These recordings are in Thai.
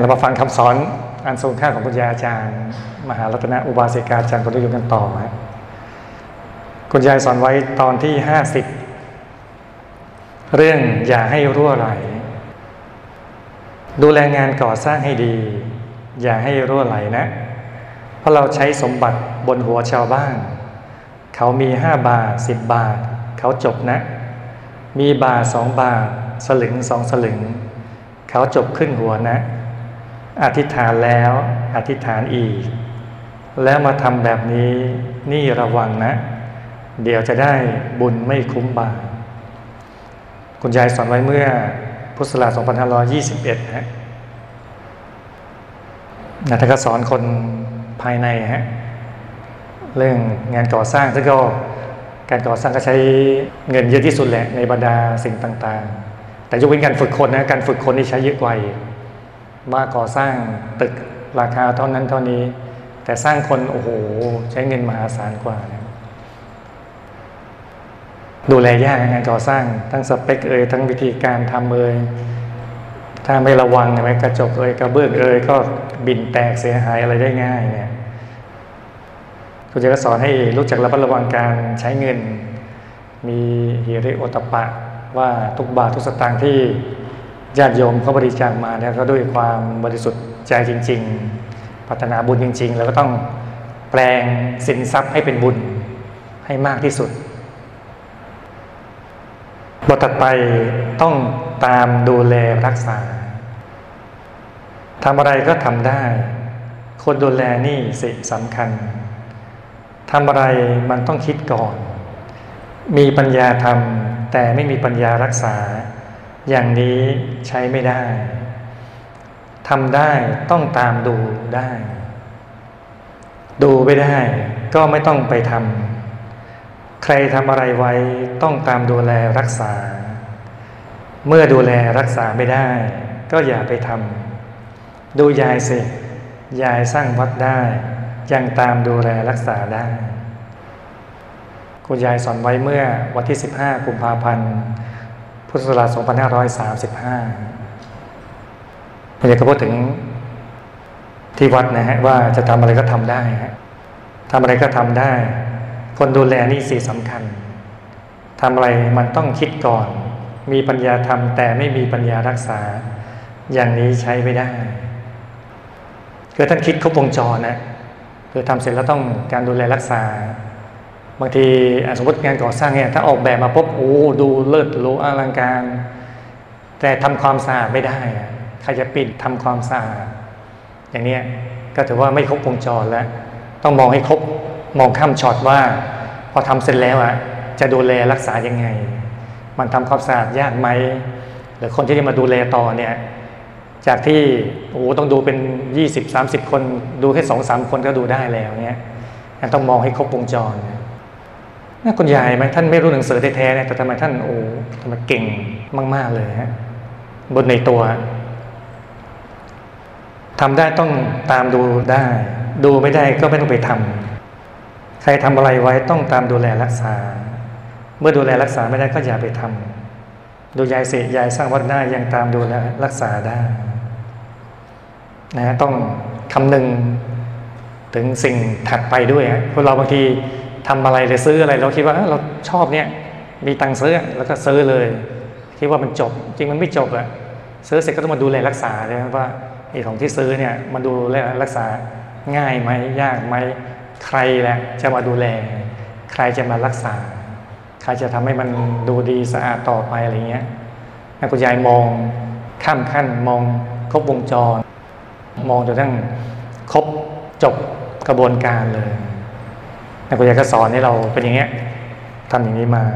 เรามาฟังคำสอนอันทรงค่าของคุณยายอาจารย์มหารัตนอุบาสิกาจารย์พลยุกันต่อฮะคุณยายสอนไว้ตอนที่50เรื่องอย่าให้รั่วไหลดูแลงานก่อสร้างให้ดีอย่าให้รั่วไหลนะเพราะเราใช้สมบัติบนหัวชาวบ้านเขามี5 บาท10 บาทเขาจบนะมีบาท2 บาทสลึง2 สลึงเขาจบขึ้นหัวนะอธิษฐานแล้วอธิษฐานอีกแล้วมาทำแบบนี้นี่ระวังนะเดี๋ยวจะได้บุญไม่คุ้มบาปคุณยายสอนไว้เมื่อพุทธศักราช2521ฮะท่านก็สอนคนภายในฮะเรื่องงานก่อสร้างซึ่งก็การก่อสร้างก็ใช้เงินเยอะที่สุดแหละในบรรดาสิ่งต่างๆแต่ยกเว้นการฝึกคนนะการฝึกคนนี่ใช้เยอะกว่าว่าก่อสร้างตึกราคาเท่านั้นเท่านี้แต่สร้างคนโอ้โหใช้เงินมหาศาลกว่านะดูแลยากงานก่อสร้างทั้งสเปคทั้งวิธีการทำถ้าไม่ระวังใช่ไหมกระจกกระเบื้องก็บินแตกเสียหายอะไรได้ง่ายเนี่ยคุณจะก็สอนให้รู้จักระมัดระวังการใช้เงินมีหิริโอตตัปปะว่าทุกบาททุกสตางค์ที่ญาติโยมเขาบริจาคมาเนี่ยก็ด้วยความบริสุทธิ์ใจจริงๆปรารถนาบุญจริงๆแล้วก็ต้องแปลงสินทรัพย์ให้เป็นบุญให้มากที่สุดบทถัดไปต้องตามดูแลรักษาทำอะไรก็ทำได้คนดูแลนี่สิสำคัญทำอะไรมันต้องคิดก่อนมีปัญญาทำแต่ไม่มีปัญญารักษาอย่างนี้ใช้ไม่ได้ทำได้ต้องตามดูได้ดูไม่ได้ก็ไม่ต้องไปทำใครทำอะไรไว้ต้องตามดูแลรักษาเมื่อดูแลรักษาไม่ได้ก็อย่าไปทำดูยายสิยายสร้างวัดได้ยังตามดูแลรักษาได้คุณยายสอนไว้เมื่อวันที่15 กุมภาพันธ์พุทธศักราช2535คุณยายก็พูดถึงที่วัดนะฮะว่าจะทำอะไรก็ทำได้ฮะทำอะไรก็ทำได้คนดูแลนี่สิสำคัญทำอะไรมันต้องคิดก่อนมีปัญญาทำแต่ไม่มีปัญญารักษาอย่างนี้ใช้ไม่ได้คือท่านคิดครบวงจรนะคือทำเสร็จแล้วต้องการดูแลรักษาบางทีสมมติงานก่อสร้างเนี่ยถ้าออกแบบมาปุ๊บโอ้ดูเลิศหรูอลังการแต่ทำความสะอาดไม่ได้ใครจะปิดทำความสะอาดอย่างนี้ก็ถือว่าไม่ครบวงจรแล้วต้องมองให้ครบมองข้ามช็อตว่าพอทำเสร็จแล้วจะดูแลรักษายังไงมันทำความสะอาดยากไหมหรือคนที่จะมาดูแลต่อเนี่ยจากที่ต้องดูเป็น20-30 คนดูแค่ 2-3 คนก็ดูได้แล้วเนี่ยต้องมองให้ครบวงจรน่าคุณยายไหมท่านไม่รู้หนังสือแท้ๆเนี่ยแต่ทำไมท่านทำไมเก่งมากๆเลยฮะบนในตัวทำได้ต้องตามดูได้ดูไม่ได้ก็ไม่ต้องไปทำใครทำอะไรไว้ต้องตามดูแลรักษาเมื่อดูแลรักษาไม่ได้ก็อย่าไปทำดูยายเสยายสร้างวัดได้ยังตามดูแลรักษาได้นะต้องคำนึงถึงสิ่งถัดไปด้วยพวกเราบางทีทำอะไรหรือซื้ออะไรเราคิดว่าเราชอบเนี่ยมีตังค์ซื้อแล้วก็ซื้อเลยคิดว่ามันจบจริงมันไม่จบซื้อเสร็จก็ต้องมาดูแลรักษาใช่ไหมว่าไอ้ของที่ซื้อเนี่ยมาดูแลรักษาง่ายไหมยากไหมใครแหละจะมาดูแลใครจะมารักษาใครจะทำให้มันดูดีสะอาดต่อไปอะไรเงี้ยคุณยายมองข้ามขั้นมองครบวงจรมองจนทั้งครบจบกระบวนการเลยคุณยายก็สอนให้เราเป็นอย่างเงี้ยทำอย่างนี้มา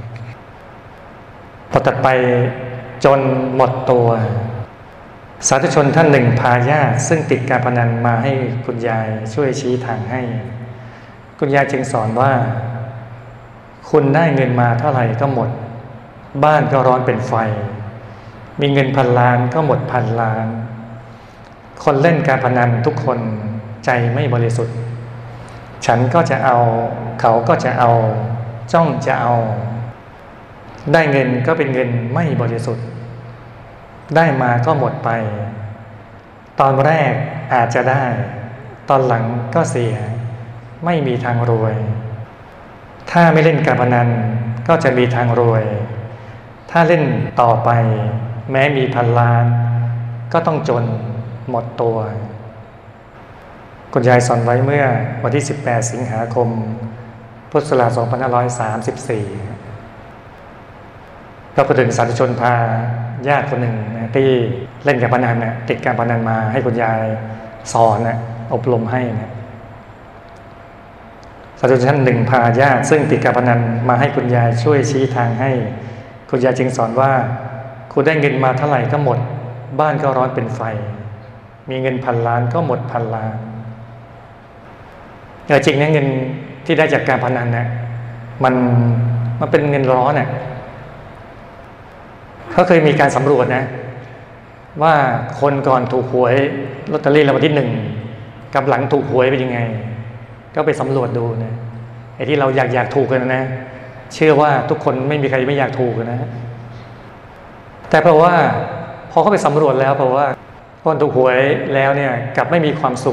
พอตัดไปจนหมดตัวสาธุชนท่านหนึ่งพาญาติซึ่งติดการพนันมาให้คุณยายช่วยชี้ทางให้คุณยายจึงสอนว่าคุณได้เงินมาเท่าไหร่ก็หมดบ้านก็ร้อนเป็นไฟมีเงิน1,000 ล้านก็หมด1,000 ล้านคนเล่นการพนันทุกคนใจไม่บริสุทธิ์ฉันก็จะเอาเขาก็จะเอาจ้องจะเอาได้เงินก็เป็นเงินไม่บริสุทธิ์ได้มาก็หมดไปตอนแรกอาจจะได้ตอนหลังก็เสียไม่มีทางรวยถ้าไม่เล่นการพนันก็จะมีทางรวยถ้าเล่นต่อไปแม้มีพันล้านก็ต้องจนหมดตัวคุณยายสอนไว้เมื่อวันที่18 สิงหาคมพุทธศักราช 2534ก็พูดถึงสาธุชนพาญาติคนหนึ่งนะที่เล่นการพนันนะติดการพนันมาให้คุณยายสอนนะอบรมให้นะสาธุชนท่านหนึ่งพาญาติซึ่งติดการพนันมาให้คุณยายช่วยชี้ทางให้คุณยายจึงสอนว่าคุณได้เงินมาเท่าไหร่ก็หมดบ้านก็ร้อนเป็นไฟมีเงินพันล้านก็หมดพันล้านจริงนะเงินที่ได้จากการพนันนะมันเป็นเงินร้อนน่ะเขาเคยมีการสำรวจนะว่าคนก่อนถูกหวยลอตเตอรี่รางวัลที่1กับหลังถูกหวยเป็นยังไงก็ไปสำรวจดูนะไอ้ที่เราอยากถูกกันนะเชื่อว่าทุกคนไม่มีใครไม่อยากถูกนะแต่เพราะว่าพอเขาไปสำรวจแล้วเพราะว่าคนถูกหวยแล้วเนี่ยกลับไม่มีความสุข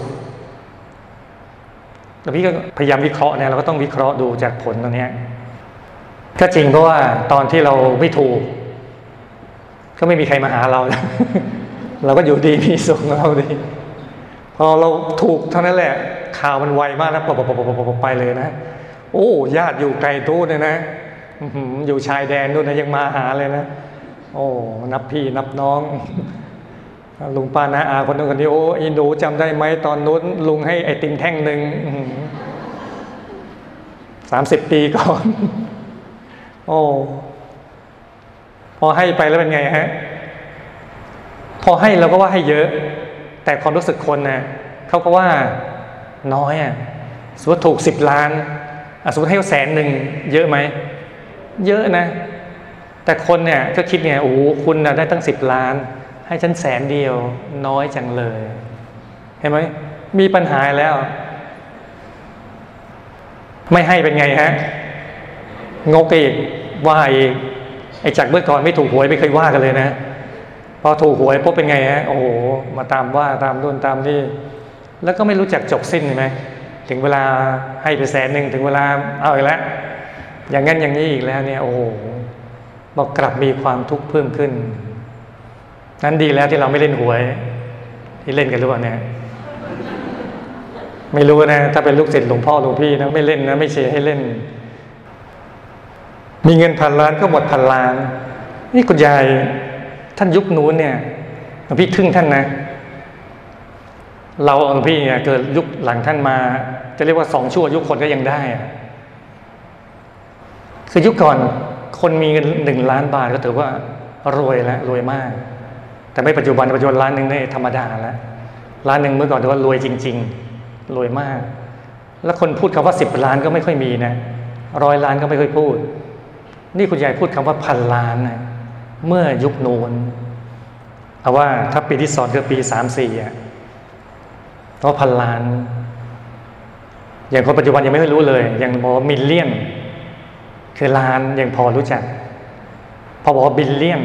แล้วพี่ก็พยายามวิเคราะห์เนี่ยเราก็ต้องวิเคราะห์ดูจากผลตรงนี้ก็จริงเพราะว่าตอนที่เราไม่ถูกก็ไม่มีใครมาหาเรา เราก็อยู่ดีมีสุขของเราดีพอเราถูกเท่านั้นแหละข่าวมันไวมากนะไปเลยนะโอ้ญาติอยู่ไกลตู้เนี่ยนะอยู่ชายแดนนู่นนะยังมาหาเลยนะโอ้นับพี่นับน้องลุงป้าน้าอาคนนู้นคนนี้โอ้ไอ้หนูจำได้ไหมตอนนู้นลุงให้ไอติมแท่งหนึ่ง30 ปีก่อนโอ้พอให้ไปแล้วเป็นไงฮะพอให้เราก็ว่าให้เยอะแต่ความรู้สึกคนนะเขาก็ว่าน้อยอ่ะสมมติถูก10 ล้านสมมติให้100,000เยอะไหมเยอะนะแต่คนเนี่ยก็คิดไงโอ้คุณได้ตั้ง10 ล้านให้ฉัน100,000น้อยจังเลยเห็นไหมมีปัญหาแล้วไม่ให้เป็นไงฮะงกอีกว่าอีกไอ้จากเมื่อก่อนไม่ถูกหวยไม่เคยว่ากันเลยนะพอถูกหวยปุ๊บเป็นไงฮะโอ้โหมาตามว่าตามนู่นตามนี่แล้วก็ไม่รู้จักจบสิ้นใช่ไหมถึงเวลาให้ไป100,000ถึงเวลาเอาอีกแล้วอย่างนั้นอย่างนี้อีกแล้วเนี่ยโอ้โหบอกกลับมีความทุกข์เพิ่มขึ้นนั้นดีแล้วที่เราไม่เล่นหวยที่เล่นกันหรือเปล่าเนี่ยไม่รู้นะถ้าเป็นลูกศิษย์หลวงพ่อหลวงพี่นะไม่เล่นนะไม่เชียร์ให้เล่นมีเงินพันล้านก็หมดพันล้านนี่คุณยายท่านยุคนู้นเนี่ยหลวงพี่ทึ่งท่านนะเราหลวงพี่เนี่ยเกิดยุคหลังท่านมาจะเรียกว่า2 ชั่วยุคคนก็ยังได้คือยุคก่อนคนมีเงิน1 ล้านบาทก็ถือว่ารวยแล้วรวยมากแต่ไม่ปัจจุบัน1 ล้านนี่ธรรมดาแล้ว1 ล้านเมื่อก่อนถือว่ารวยจริงๆรวยมากแล้วคนพูดคำว่า10 ล้านก็ไม่ค่อยมีนะ100 ล้านก็ไม่ค่อยพูดนี่คุณยายพูดคำว่าพันล้านนะเมื่อยุคโน้นเอาว่าถ้าปีที่2คือปี34เพราะพันล้านอย่างคนปัจจุบันยังไม่ค่อยรู้เลยอย่างบอกว่ามิลเลียนคือล้านยังพอรู้จักพอบอกว่าบิลเลียน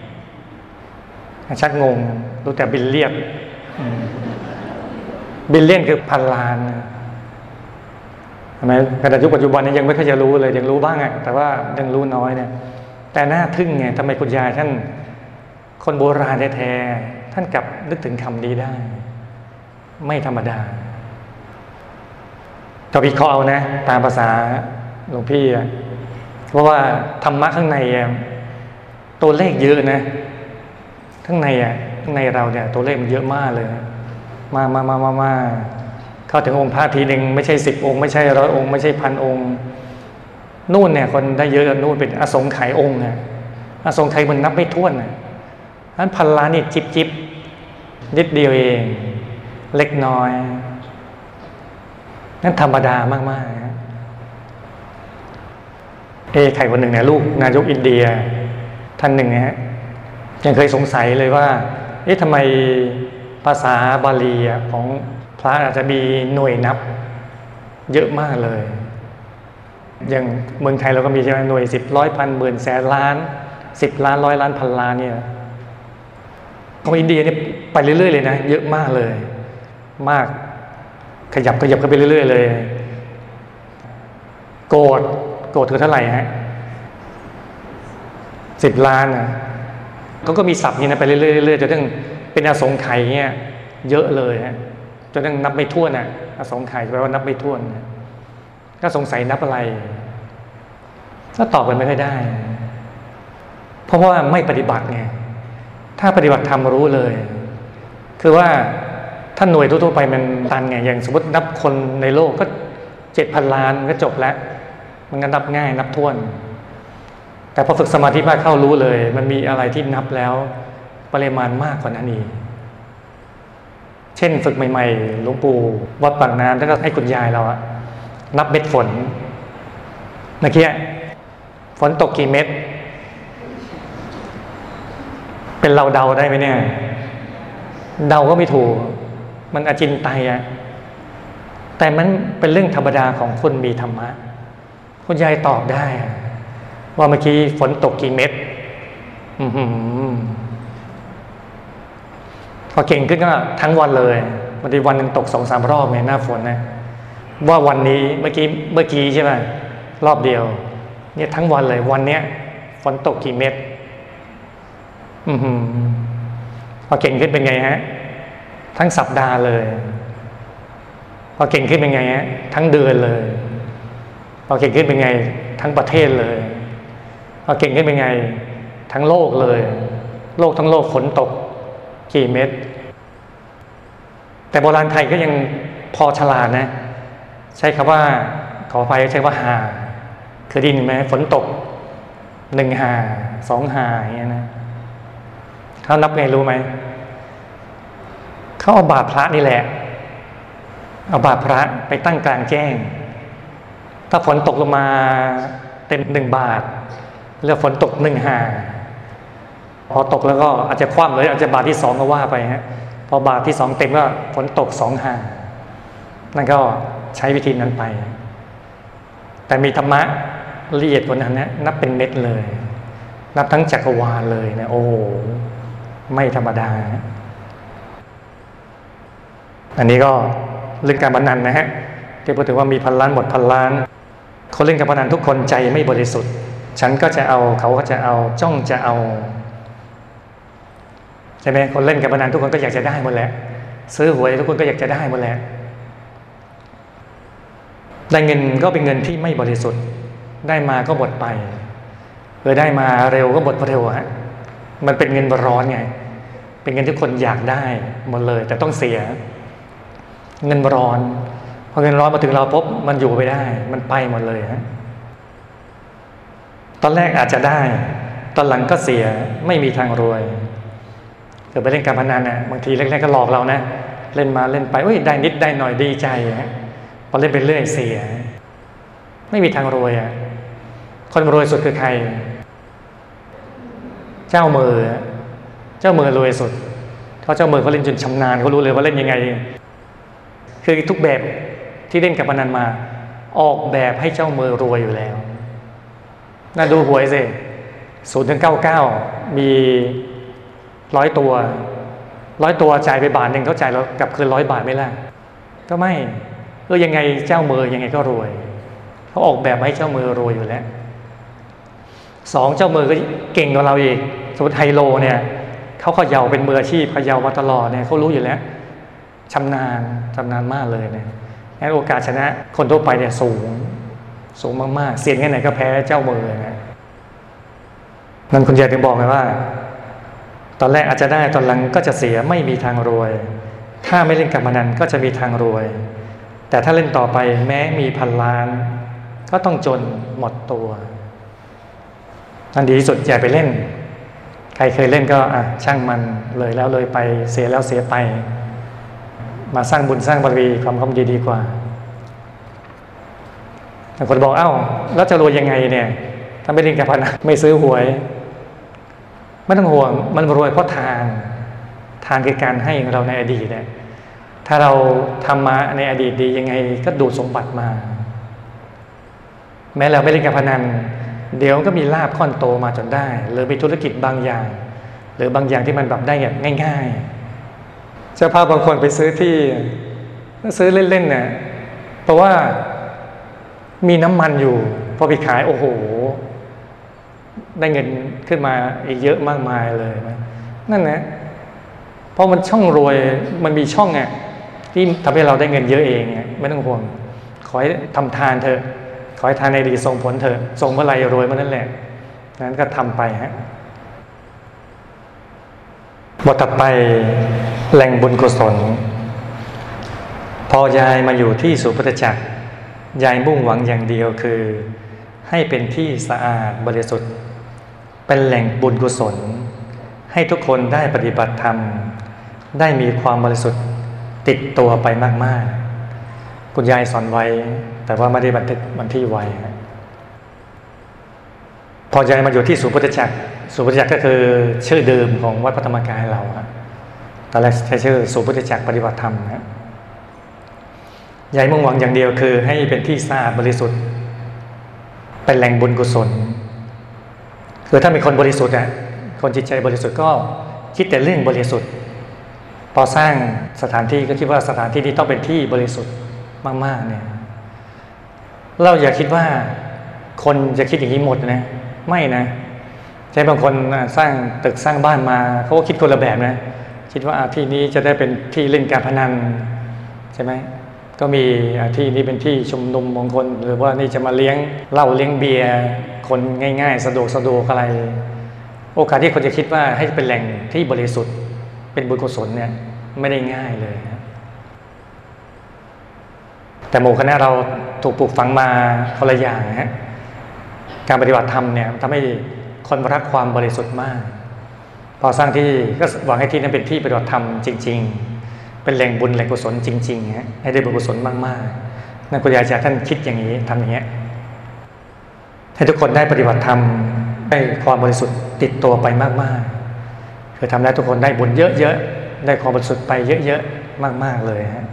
ชักงงรู้แต่บิลเลียนบิลเลียนคือพันล้านใช่ไหมขณะยุคปัจจุบันนี้ยังไม่ค่อยจะรู้เลยยังรู้บ้างแต่ว่ายังรู้น้อยเนี่ยแต่น่าทึ่งไงทำไมคุณยายท่านคนโบราณแท้ๆท่านกลับนึกถึงคำนี้ได้ไม่ธรรมดาก็วิเคราะห์เอานะตามภาษาหลวงพี่เพราะว่าธรรมะข้างในตัวเลขเยอะนะข้างในเราเนี่ยตัวเลขมันเยอะมากเลยมาเข้าถึงองค์พระทีหนึ่งไม่ใช่10 องค์ไม่ใช่100 องค์ไม่ใช่1,000 องค์นู่นเนี่ยคนได้เยอะนู่นเป็นอสงไขยองค์นะอสงไขยมันนับไม่ถ้วนนั้นพันล้านนี่จิบนิดเดียวเองเล็กน้อยนั่นธรรมดามากๆใครคนหนึ่งเนี่ยลูกนายกอินเดียท่านหนึ่งนะฮะยังเคยสงสัยเลยว่าทำไมภาษาบาลีของพระอาจจะมีหน่วยนับเยอะมากเลยอย่างเมืองไทยเราก็มีใช่ไหมหน่วย10 100 1,000 10,000 100,000 ล้าน10 ล้าน100 ล้าน1,000 ล้านเนี่ยของอินเดียนี่ไปเรื่อยๆเลยนะเยอะมากเลยมากขยับกันไปเรื่อยๆเลยโกรธคือเท่าไหร่ฮะ10 ล้านนะเขาก็มีศัพท์นี้นะไปเรื่อยๆจนถึงเป็นอสงไขยเนี่ยเยอะเลยฮะจนถึงนับไม่ถ้วนอ่ะอสงไขยแปลว่านับไม่ถ้วนก็สงสัยนับอะไรก็ตอบกันไม่ค่อยได้เพราะว่าไม่ปฏิบัติไงถ้าปฏิบัติธรรมรู้เลยคือว่าถ้าหน่วยทั่วๆไปมันตันไงอย่างสมมตินับคนในโลกก็7,000 ล้านก็จบแล้วมันก็นับง่ายนับถ้วนแต่พอฝึกสมาธิมากเข้ารู้เลยมันมีอะไรที่นับแล้วปริมาณมากกว่านั้นอีกเช่นฝึกใหม่ๆหลวงปู่วัดปากน้ำแล้วก็ให้คุณยายเราอะนับเม็ดฝนเมื่อกี้ฝนตกกี่เม็ดเป็นเราเดาได้ไหมเนี่ยเดาก็ไม่ถูกมันอจินไตยอะแต่มันเป็นเรื่องธรรมดาของคนมีธรรมะคุณยายตอบได้ว่าเมื่อกี้ฝนตกกี่เม็ดพอเก่งขึ้นก็ทั้งวันเลยบางทีวันหนึ่งตก2-3 รอบเนี่ยหน้าฝนนะว่าวันนี้เมื่อกี้ใช่ไหมรอบเดียวเนี่ยทั้งวันเลยวันเนี้ยฝนตกกี่เม็ดพอเก่งขึ้นเป็นไงฮะทั้งสัปดาห์เลยพอเก่งขึ้นเป็นไงฮะทั้งเดือนเลยพอเก่งขึ้นเป็นไงทั้งประเทศเลยพอเก่งขึ้นเป็นไงทั้งโลกเลยโลกทั้งโลกฝนตกกี่เม็ดแต่โบราณไทยก็ยังพอฉลาดนะใช้คำว่าขออภัยใช้ว่าหาเคยได้ยินไหมฝนตก1 หา2 หาอย่างเงี้ยนะเขานับไงรู้ไหมเขาเอาบาตรพระนี่แหละเอาบาตรพระไปตั้งกลางแจ้งถ้าฝนตกลงมาเต็ม1 บาทเรียกฝนตก1 หาพอตกแล้วก็อาจจะคว่ำเลยอาจจะบาทที่2ก็ว่าไปฮะพอบาทที่2เต็มก็ฝนตก2 หานั่นก็ใช้วิธีนั้นไปแต่มีธรรมะละเอียดกว่านั้นนะนับเป็นเม็ดเลยนับทั้งจักรวาลเลยนะโอ้ไม่ธรรมดาอันนี้ก็เรื่องการพนันนะฮะที่พูดถึงว่ามี1,000 ล้านหมด1,000 ล้านคนเล่นการพนันทุกคนใจไม่บริสุทธิ์ฉันก็จะเอาเขาก็จะเอาจ้องจะเอาใช่ไหมคนเล่นการพนันทุกคนก็อยากจะได้หมดแหละซื้อหวยทุกคนก็อยากจะได้หมดแหละได้เงินก็เป็นเงินที่ไม่บริสุทธิ์ได้มาก็หมดไปได้มาเร็วก็หมดเร็วฮะมันเป็นเงินร้อนไงเป็นเงินที่คนอยากได้หมดเลยแต่ต้องเสียเงินร้อนพอเงินร้อนมาถึงเราปุ๊บมันอยู่ไม่ได้มันไปหมดเลยฮะตอนแรกอาจจะได้ตอนหลังก็เสียไม่มีทางรวยเกิดไปเล่นการพนันน่ะบางทีแรกๆก็หลอกเรานะเล่นมาเล่นไปได้นิดได้หน่อยดีใจฮะพอเล่นไปเรื่อยเสียไม่มีทางรวยอ่ะคนรวยสุดคือใครเจ้ามือรวยสุดเพราะเจ้ามือเขาเล่นจนชำนาญเขารู้เลยว่าเล่นยังไงคือทุกแบบที่เล่นกับพนันมาออกแบบให้เจ้ามือรวยอยู่แล้วน่าดูหวยสิ0-99มี100 ตัวจ่ายไป1 บาทเขาจ่ายเรากลับคืน100 บาทไม่ล่ะก็ไม่ยังไงเจ้ามือยังไงก็รวยเขาออกแบบให้เจ้ามือรวยอยู่แล้ว2เจ้ามือก็เก่งกว่าเราอีกสมมติไฮโลเนี่ยเขาเขย่าเป็นมืออาชีพเขย่ามาตลอดเนี่ยเขารู้อยู่แล้วชำนาญมากเลยเนี่ยงั้นโอกาสชนะคนทั่วไปเนี่ยสูงมากๆเสี่ยงแค่ไหนก็แพ้เจ้ามือนะนั่นคุณยายถึงบอกไงว่าตอนแรกอาจจะได้ตอนหลังก็จะเสียไม่มีทางรวยถ้าไม่เล่นการพนันก็จะมีทางรวยแต่ถ้าเล่นต่อไปแม้มี1,000 ล้านก็ต้องจนหมดตัวนั่นดีที่สุดอย่าไปเล่นใครเคยเล่นก็ช่างมันเลยแล้วเลยไปเสียแล้วเสียไปมาสร้างบุญสร้างบารมีความดีกว่าแต่คนบอกแล้วจะรวยยังไงเนี่ยถ้าไม่เล่นการพนันไม่ซื้อหวยไม่ต้องห่วงมันรวยเพราะทานคือการให้ของเราในอดีตเนี่ยถ้าเราทำมาในอดีตดียังไงก็ดูดสมบัติมาแม้เราไม่เล่นการพนันเดี๋ยวก็มีลาภก้อนโตมาจนได้หรือมีธุรกิจบางอย่างหรือบางอย่างที่มันแบบได้แบบง่ายๆเจ้าภาพบางคนไปซื้อที่ซื้อเล่นๆเนี่ยเพราะว่ามีน้ำมันอยู่พอไปขายโอ้โหได้เงินขึ้นมาอีกเยอะมากมายเลยนะนั่นนะเพราะมันช่องรวยมันมีช่องอ่ะที่ทำให้เราได้เงินเยอะเองไม่ต้องห่วงขอให้ทำทานเถอะขอให้ทานในดีส่งผลเถอะส่งเมื่อไรรวยเมื่อนั้นแหละนั้นก็ทำไปฮะบทต่อไปแหล่งบุญกุศลพอยายมาอยู่ที่สุพุทธจักรยายมุ่งหวังอย่างเดียวคือให้เป็นที่สะอาดบริสุทธิ์เป็นแหล่งบุญกุศลให้ทุกคนได้ปฏิบัติธรรมได้มีความบริสุทธิ์ติดตัวไปมากๆคุณยายสอนไว้แต่ว่าไม่ได้บันทึกไว้พอยายมาอยู่ที่สุพุทธจักรสุพุทธจักรก็คือชื่อเดิมของวัดพระธรรมกายเราตอนแรกใช้ชื่อสุพุทธจักรปฏิบัติธรรมยายมุ่งหวังอย่างเดียวคือให้เป็นที่สะอาดบริสุทธิ์เป็นแหล่งบุญกุศลคือถ้ามีคนบริสุทธิ์คนจิตใจบริสุทธิ์ก็คิดแต่เรื่องบริสุทธิ์พอสร้างสถานที่ก็คิดว่าสถานที่นี้ต้องเป็นที่บริสุทธิ์มากๆเนี่ยเราอย่าคิดว่าคนจะคิดอย่างนี้หมดนะไม่นะใช่บางคนสร้างตึกสร้างบ้านมาเขาก็คิดคนละแบบนะคิดว่าที่นี้จะได้เป็นที่เล่นการพนันใช่ไหมก็มีที่นี้เป็นที่ชุมนุมมงคลหรือว่านี่จะมาเลี้ยงเหล้าเลี้ยงเบียร์คนง่ายๆสะดวกอะไรโอกาสที่คนจะคิดว่าให้เป็นแหล่งที่บริสุทธิ์เป็นบุญกุศลเนี่ยไม่ได้ง่ายเลยนะแต่หมู่คณะเราถูกปลูกฝังมาคนละอย่างนะฮะการปฏิบัติธรรมเนี่ยทำให้คนรักความบริสุทธิ์มากพอสร้างที่ก็หวังให้ที่นั้นเป็นที่ปฏิบัติธรรมจริงๆเป็นแหล่งบุญแหล่งกุศลจริงๆฮะให้ได้บุญกุศลมากๆนั่นคุณยายอาจารย์ท่านคิดอย่างนี้ทำอย่างเงี้ยให้ทุกคนได้ปฏิบัติธรรมได้ความบริสุทธิ์ติดตัวไปมากๆคือทำให้ทุกคนได้บุญเยอะๆได้ความบริสุทธิ์ไปเยอะๆมากๆเลยฮะ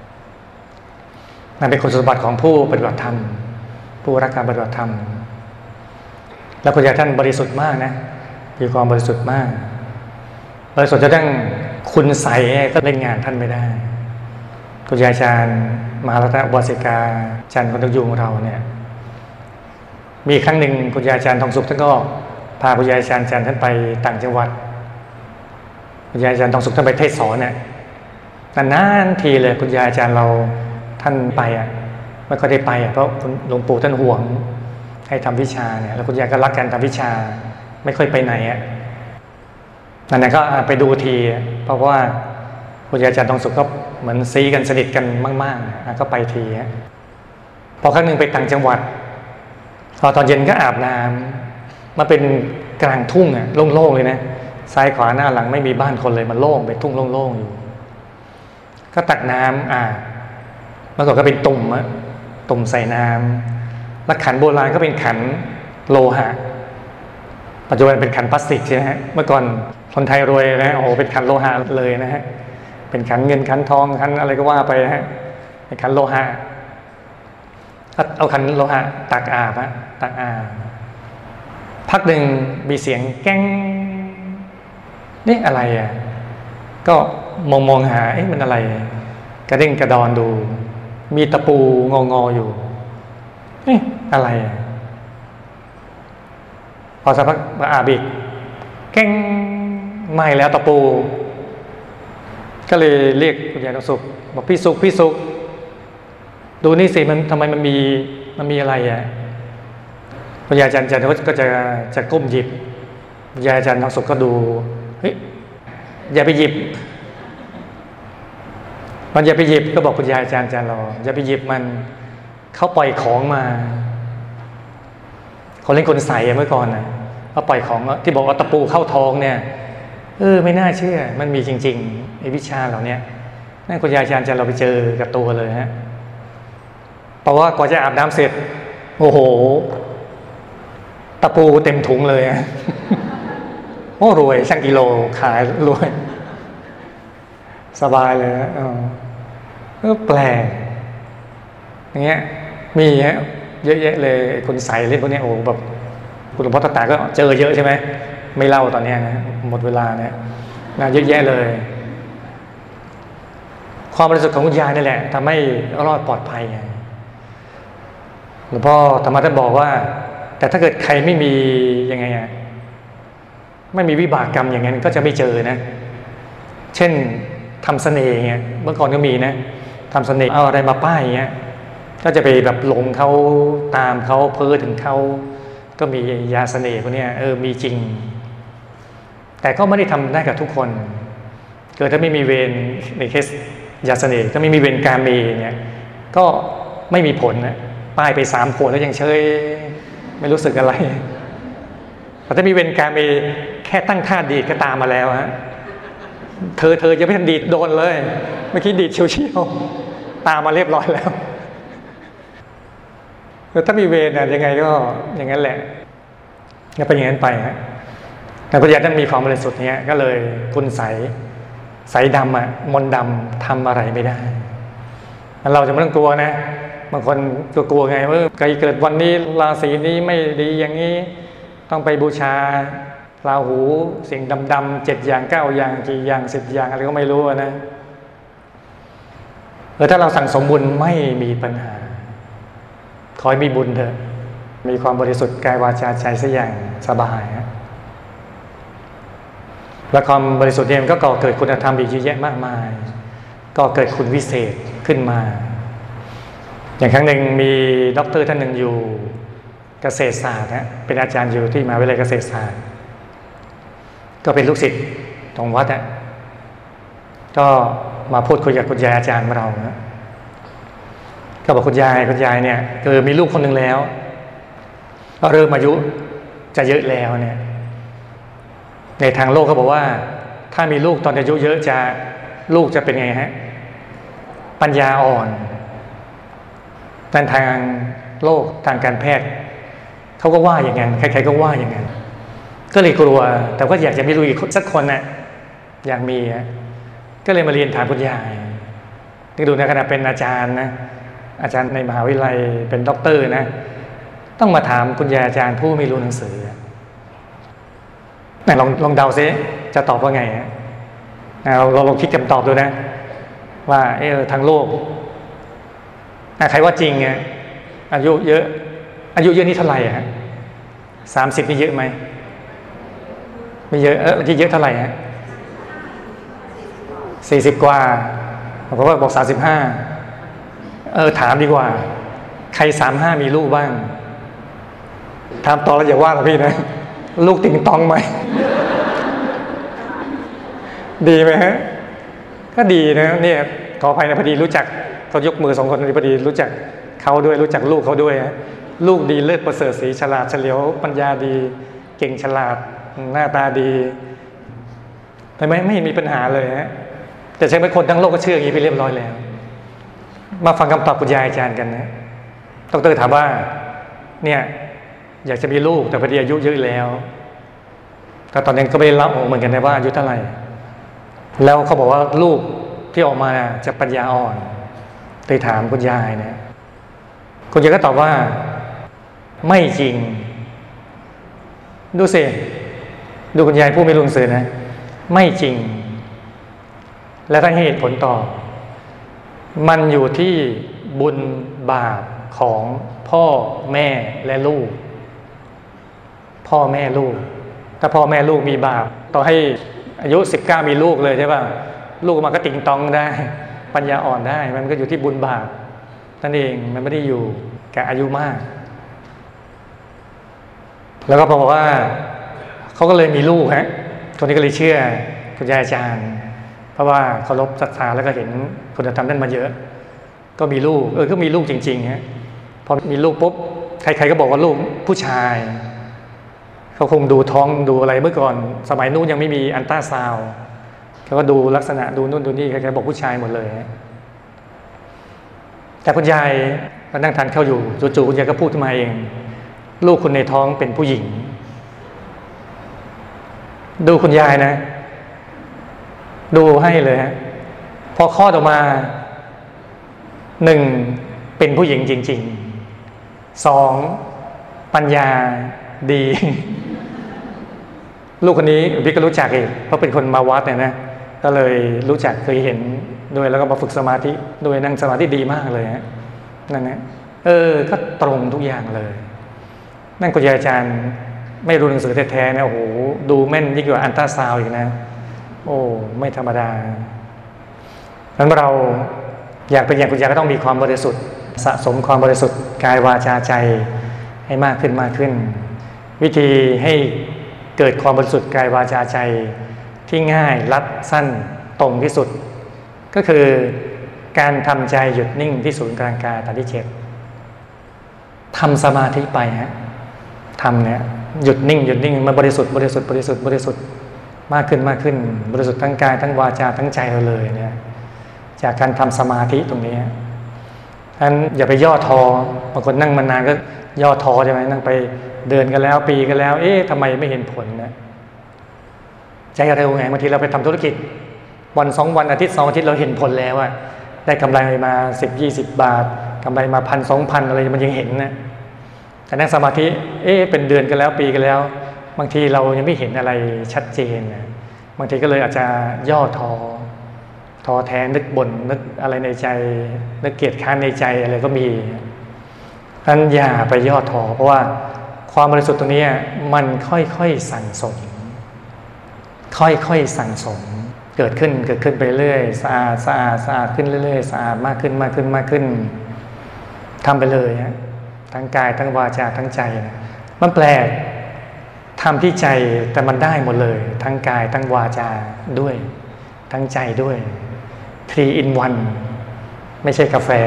นั่นเป็นคุณสมบัติของผู้ปฏิบัติธรรมผู้รักการปฏิบัติธรรมแล้วคุณยายท่านบริสุทธิ์มากนะมีความบริสุทธิ์มากบริสุทธิ์จะต้องคุณใสก็เล่นงานท่านไม่ได้คุณยายอาจารย์มหารัตนวาสิกาจันทร์คนทุกยุงเราเนี่ยมีครั้งหนึ่งคุณยายอาจารย์ทองสุขท่านก็พาคุณยายอาจารย์จันทร์ท่านไปต่างจังหวัดคุณยายอาจารย์ทองสุขท่านไปเทศสอนเนี่ยนานๆทีเลยคุณยายอาจารย์เราท่านไปไม่ค่อยได้ไปเพราะหลวงปู่ท่านห่วงให้ทำวิชาเนี่ยแล้วคุณยายก็รักการทำวิชาไม่ค่อยไปไหนนั่นก็ไปดูทีเพราะว่าคุณยายอาจารย์ทองสุขก็เหมือนซีกันสนิทกันมากๆก็ไปทีพอครั้งหนึ่งไปต่างจังหวัดพอตอนเย็นก็อาบน้ำมาเป็นกลางทุ่งโล่งๆเลยนะซ้ายขวาหน้าหลังไม่มีบ้านคนเลยมันโล่งเป็นทุ่งโล่งๆอยู่ก็ตักน้ำเมื่อก่อนก็เป็นตุ่มใส่น้ำแล้วขันโบราณก็เป็นขันโลหะปัจจุบันเป็นขันพลาสติกใช่ไหมฮะเมื่อก่อนคนไทยรวยนะโอ้โหเป็นขันโลหะเลยนะฮะเป็นขันเงินขันทองขันอะไรก็ว่าไปฮะเป็นขันโลหะเอาขันโลหะตักอาบตักอาบพักหนึ่งมีเสียงแก้งนี่อะไรก็มองหามันอะไรกระเด้งกระดอนดูมีตะปูงออยู่อะไรพอสักพักมาอาบอีกแก้งไม่แล้วตะปูก็เลยเรียกคุณยายทองสุขบอกพี่สุขดูนี่สิมันทำไมมันมีอะไรคุณยายอาจารย์ก็จะก้มหยิบคุณยายอาจารย์ทองสุขก็ดูเฮ้ยอย่าไปหยิบมันอย่าไปหยิบก็บอกคุณยายอาจารย์เราอย่าไปหยิบมันเขาปล่อยของมาเขาเล่นคนใส่เมื่อก่อนเขาปล่อยของที่บอกว่าตะปูเข้าท้องเนี่ยไม่น่าเชื่อมันมีจริงๆไอ้วิชาเหล่านี้นั่นคุณยายอาจารย์เราไปเจอกับตัวเลยฮะเพราะว่าก่อนจะอาบน้ำเสร็จโอ้โหตะปูเต็มถุงเลยโอ้รวยช่างกิโลขายรวยสบายเลยแปลกอย่างเงี้ยมีเยอะแยะเลยคนใส่เล่นพวกนี้โอ้แบบคุณหลวงพ่อตาก็เจอเยอะใช่ไหมไม่เล่าตอนนี้นะหมดเวลาเนี่ยนะเยอะแยะเลยความบริสุทธิ์ของคุณยายนี่แหละทำให้รอดปลอดภัยไงหลวงพ่อธรรมะท่านบอกว่าแต่ถ้าเกิดใครไม่มียังไงอะไม่มีวิบากกรรมอย่างนั้นก็จะไม่เจอนะเช่นทำเสน่ห์เงี้ยเมื่อก่อนก็มีนะทำเสน่ห์เอาอะไรมาป้ายเงี้ยก็จะไปแบบหลงเขาตามเขาเพ้อถึงเขาก็มียาเสน่ห์พวกนี้มีจริงแต่ก็ไม่ได้ทำได้กับทุกคนเกิดถ้าไม่มีเวรในเคสยาเสน่ห์ถ้าไม่มีเวรกาเมเนี่ยก็ไม่มีผลนะป้ายไป3 ขวดแล้วยังเฉยไม่รู้สึกอะไรแต่ถ้ามีเวรกาเมแค่ตั้งท่าดีดก็ตามมาแล้วฮะเธอยังไม่ทันดีดโดนเลยเมื่อกี้ดีดเฉียวๆตามมาเรียบร้อยแล้วถ้ามีเวรนะยังไงก็อย่างนั้นแหละก็เป็นอย่างนั้นไปฮะแต่พระยาท่านมีความบริสุทธิ์เนี้ยก็เลยคุณใสดำอะมนต์ดำทำอะไรไม่ได้เราจะไม่ต้องกลัวนะบางคนกลัวไงว่าใครเกิดวันนี้ราศีนี้ไม่ดีอย่างนี้ต้องไปบูชาราหูสิ่งดำๆ7 อย่าง 9 อย่างกี่อย่าง10 อย่างอะไรก็ไม่รู้นะถ้าเราสั่งสมบุญไม่มีปัญหาขอให้มีบุญเถอะมีความบริสุทธิ์กายวาจาใจสักอย่างสบายและความบริสุทธิ์เนี่ยมันก็ก่อเกิดคุณธรรมอีกเยอะแยะมากมายก็เกิดคุณวิเศษขึ้นมาอย่างครั้งหนึ่งมีด็อกเตอร์ท่านหนึ่งอยู่เกษตรศาสตร์นะเป็นอาจารย์อยู่ที่มหาวิทยาลัยเกษตรศาสตร์ก็เป็นลูกศิษย์ตรงวัดก็มาพูดคุยกับคุณยายอาจารย์ของเรานะก็บอกคุณยายเนี่ยคือมีลูกคนหนึ่งแล้วก็เริ่มอายุจะเยอะแล้วเนี่ยในทางโลกเขาบอกว่าถ้ามีลูกตอนอายุเยอะลูกจะเป็นไงฮะปัญญาอ่อนแต่ทางโลกทางการแพทย์เขาก็ว่าอย่างนั้นใครๆก็ว่าอย่างนั้นก็เลยกลัวแต่ก็อยากจะมีลูกอีกสักคนน่ะอยากมีก็เลยมาเรียนถามคุณยายนี่ดูนะขณะเป็นอาจารย์นะอาจารย์ในมหาวิทยาลัยเป็นด็อกเตอร์นะต้องมาถามคุณยายอาจารย์ผู้ไม่รู้หนังสือลองเดาซิจะตอบว่าไงเราลองคิดคำตอบดูนะว่าทางโลกใครว่าจริงไงอายุเยอะนี่เท่าไหร่30นี่เยอะไหมไม่เยอะที่เยอะเท่าไหร่40 กว่าเพราะว่าบอก35ถามดีกว่าใคร35มีลูกบ้างถามต่อแล้วอย่าว่าหรอกพี่นะลูกติงตองไหมดีไหมฮะก็ดีนะเนี่ยขออภัยนะพอดีรู้จักเขายกมือ2 คนพอดีรู้จักเขาด้วยรู้จักลูกเขาด้วยลูกดีเลิศประเสริฐศรีฉลาดเฉลียวปัญญาดีเก่งฉลาดหน้าตาดีทำไมไม่มีปัญหาเลยฮะแต่ใช่ไหมคนทั้งโลกก็เชื่ออย่างนี้ไปเรียบร้อยแล้วมาฟังคำตอบคุณยายอาจารย์กันนะดร.ถามว่าเนี่ยอยากจะมีลูกแต่พอดีอายุเยอะแล้วแต่ตอนนั้นก็ไม่รับเหมือนกันนะว่าอายุเท่าไหร่แล้วเขาบอกว่าลูกที่ออกมาจะปัญญาอ่อนไปถามคุณยายเนี่ยคุณยายก็ตอบว่าไม่จริงดูสิดูคุณยายผู้ไม่รู้หนังสือนะไม่จริงและท่านให้เหตุผลต่อมันอยู่ที่บุญบาปของพ่อแม่และลูกพ่อแม่ลูกถ้าพ่อแม่ลูกมีบาปต่อให้อายุ19มีลูกเลยใช่ป่ะลูกมาก็ติงตองได้ปัญญาอ่อนได้มันก็อยู่ที่บุญบาปนั่นเองมันไม่ได้อยู่กับอายุมากแล้วก็บอกว่าเขาก็เลยมีลูกคนนี้ก็เลยเชื่อคุณยายอาจารย์เพราะว่าเคารพศรัทธาแล้วก็เห็นคุณธรรมนั่นมาเยอะก็มีลูกก็มีลูกจริงๆพอมีลูกปุ๊บใครๆก็บอกว่าลูกผู้ชายเขาคงดูท้องดูอะไรเมื่อก่อนสมัยนู้นยังไม่มีอัลตราซาวด์เขาก็ดูลักษณะดูนู่นดูนี่ใครๆบอกผู้ชายหมดเลยแต่คุณยายก็นั่งทานข้าวอยู่จู่ๆคุณยายก็พูดขึ้นมาเองลูกคุณในท้องเป็นผู้หญิงดูคุณยายนะดูให้เลยพอคลอดออกมา1เป็นผู้หญิงจริงๆ2ปัญญาดีลูกคนนี้พี่ก็รู้จักเองเพราะเป็นคนมาวัดเนี่ยนะก็เลยรู้จักเคยเห็นด้วยแล้วก็มาฝึกสมาธิด้วยนั่งสมาธิดีมากเลยฮะนั่นนะก็ตรงทุกอย่างเลยนั่นคุณยายอาจารย์ไม่รู้หนังสือแท้ๆนะโอ้โหดูแม่นยิ่งกว่าอัลตราซาวด์อีกนะโอ้ไม่ธรรมดางั้นเราอยากเป็นอย่างคุณยายก็ต้องมีความบริสุทธิ์สะสมความบริสุทธิ์กายวาจาใจให้มากขึ้นมากขึ้นวิธีให้เกิดความบริสุทธิ์กายวาจาใจที่ง่ายรัดสั้นตรงที่สุดก็คือการทำใจหยุดนิ่งที่ศูนย์กลางกายฐานที่7ทำสมาธิไปฮะทำเนี่ยหยุดนิ่งมันบริสุทธิ์มากขึ้นบริสุทธิ์ทั้งกายทั้งวาจาทั้งใจเราเลยเนี่ยจากการทำสมาธิตรงนี้ฉะนั้นอย่าไปย่อท้อบางคนนั่งมานานก็ย่อท้อใช่ไหมนั่งไปเดือนกันแล้วปีกันแล้วทำไมไม่เห็นผลนะใจเร็วไงบางทีเราไปทำธุรกิจวัน2 วันอาทิตย์2 อาทิตย์เราเห็นผลแล้วอะได้กำไรมา10-20 บาทกำไรมา1,000-2,000อะไรมันยังเห็นนะแต่นั่งสมาธิเป็นเดือนกันแล้วปีกันแล้วบางทีเรายังไม่เห็นอะไรชัดเจนนะบางทีก็เลยอาจจะย่อท้อแท้นึกบ่นนึกอะไรในใจนึกเกลียดค้านในใจอะไรก็มีฉะนั้นอย่าไปย่อท้อเพราะว่าความบริสุทธิ์ตรงนี้มันค่อยๆสั่งสมสั่งสมเกิดขึ้นไปเรื่อยสะอาดขึ้นเรื่อยๆสะอาดมากขึ้นทำไปเลยฮะทั้งกายทั้งวาจาทั้งใจนะมันแปลกทำที่ใจแต่มันได้หมดเลยทั้งกายทั้งวาจาด้วยทั้งใจด้วย3 in 1ไม่ใช่กาแฟ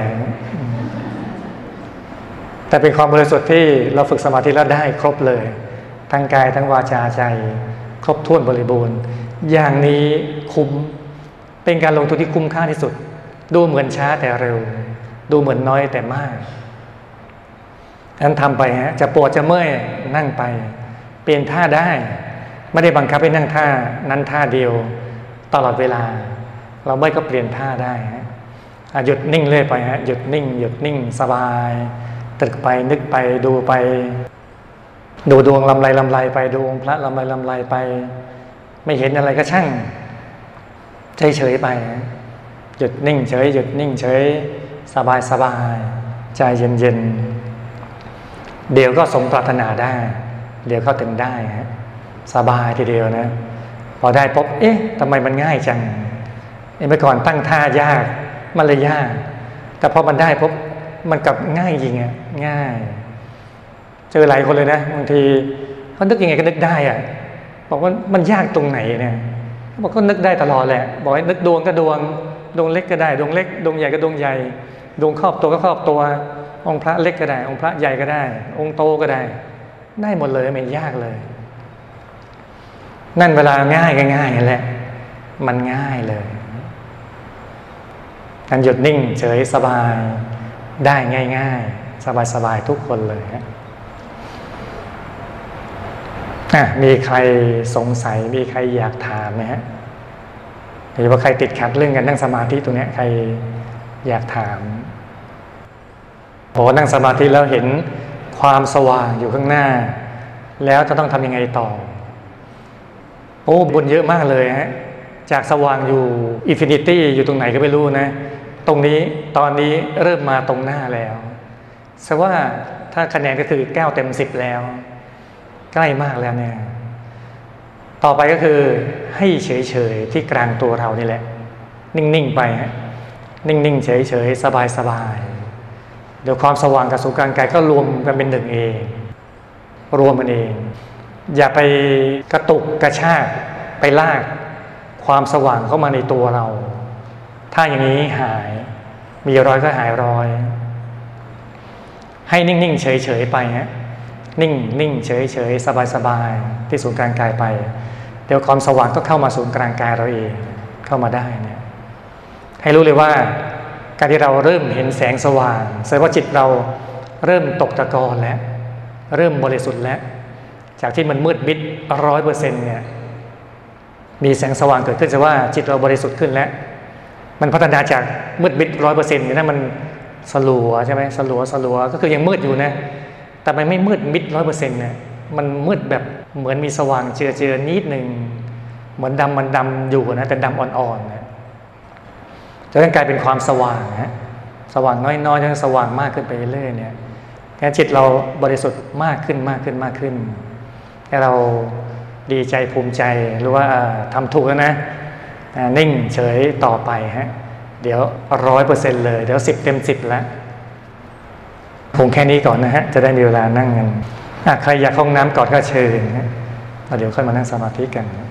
แต่เป็นความบริสุทธิ์ที่เราฝึกสมาธิแล้วได้ครบเลยทั้งกายทั้งวาจาใจครบถ้วนบริบูรณ์อย่างนี้คุ้มเป็นการลงทุนที่คุ้มค่าที่สุดดูเหมือนช้าแต่เร็วดูเหมือนน้อยแต่มากนั้นทำไปฮะจะปวดจะเมื่อยนั่งไปเปลี่ยนท่าได้ไม่ได้บังคับให้นั่งท่านั้นท่าเดียวตลอดเวลาเราไม่ก็เปลี่ยนท่าได้ฮะหยุดนิ่งเรื่อยไปฮะหยุดนิ่งสบายตรึกไปนึกไปดูไปดูดวงลำไรไปดูองค์พระลำไรไปไม่เห็นอะไรก็ช่างเฉยไปหยุดนิ่งเฉยสบายใจเย็นเดี๋ยวก็สมปรารถนาได้เดี๋ยวเข้าถึงได้ฮะสบายทีเดียวนะพอได้ปุ๊บทำไมมันง่ายจังเมื่อก่อนตั้งท่ายากมันเลยยากแต่พอมันได้ปุ๊บมันกลับง่ายจริงง่ายเจอหลายคนเลยนะบางทีเขานึกยังไงก็นึกได้บอกว่ามันยากตรงไหนเนี่ยบอกก็นึกได้ตลอดแหละบอกให้นึกดวงก็ดวงเล็กก็ได้ดวงเล็กดวงใหญ่ก็ดวงใหญ่ดวงครอบตัวก็ครอบตัวองค์พระเล็กก็ได้องค์พระใหญ่ก็ได้องค์โตก็ได้หมดเลยไม่ยากเลยนั่นเวลาง่ายก็ง่ายนั่นแหละมันง่ายเลยการหยุดนิ่งเฉยสบายได้ง่ายๆสบายทุกคนเลยฮะมีใครสงสัยมีใครอยากถามไหมฮะหรือว่าใครติดขัดเรื่องการนั่งสมาธิตรงนี้ใครอยากถามพอนั่งสมาธิแล้วเห็นความสว่างอยู่ข้างหน้าแล้วจะต้องทำยังไงต่อบุญเยอะมากเลยฮะจากสว่างอยู่อินฟินิตี้อยู่ตรงไหนก็ไม่รู้นะตรงนี้ตอนนี้เริ่มมาตรงหน้าแล้วแสดงว่าถ้าคะแนนก็คือ9 เต็ม 10แล้วใกล้มากแล้วเนี่ยต่อไปก็คือให้เฉยๆที่กลางตัวเรานี่แหละนิ่งๆไปฮะนิ่งๆเฉยๆสบายๆเดี๋ยวความสว่างกับศูนย์กลางกายก็รวมกันเป็นหนึ่งเองรวมมันเองอย่าไปกระตุกกระชากไปลากความสว่างเข้ามาในตัวเราถ้าอย่างนี้หายมีรอยก็หายรอยให้นิ่งๆเฉยๆไปฮะนิ่งเฉยๆสบายๆที่ศูนย์กลางกายไปเดี๋ยวความสว่างก็เข้ามาศูนย์กลางกายเราเองเข้ามาได้เนี่ยให้รู้เลยว่าการที่เราเริ่มเห็นแสงสว่างแสดงว่าจิตเราเริ่มตกตะกอนแล้วเริ่มบริสุทธิ์แล้วจากที่มันมืดมิด 100% เนี่ยมีแสงสว่างเกิดขึ้นแสดงว่าจิตเราบริสุทธิ์ขึ้นแล้วมันพัฒนาจากมืดมิด 100% เนี่ยนะมันสลัวใช่ไหมสลัวก็คือยังมืดอยู่นะแต่มันไม่มืดมิด 100% เนี่ยมันมืดแบบเหมือนมีสว่างเจือนิดหนึ่งเหมือนดำมันดำอยู่นะแต่ดำอ่อนๆนะจนกลายเป็นความสว่างฮะสว่างน้อยๆจนสว่างมากขึ้นไปเรื่อยเนี่ยแค่จิตเราบริสุทธิ์มากขึ้นให้เราดีใจภูมิใจหรือว่าทำถูกแล้วนะนิ่งเฉยต่อไปฮะเดี๋ยว100%เลยเดี๋ยว10 เต็ม 10แล้วคงแค่นี้ก่อนนะฮะจะได้มีเวลานั่งกันใครอยากเข้าห้องน้ำก่อนก็เชิญฮะเดี๋ยวค่อยมานั่งสมาธิกัน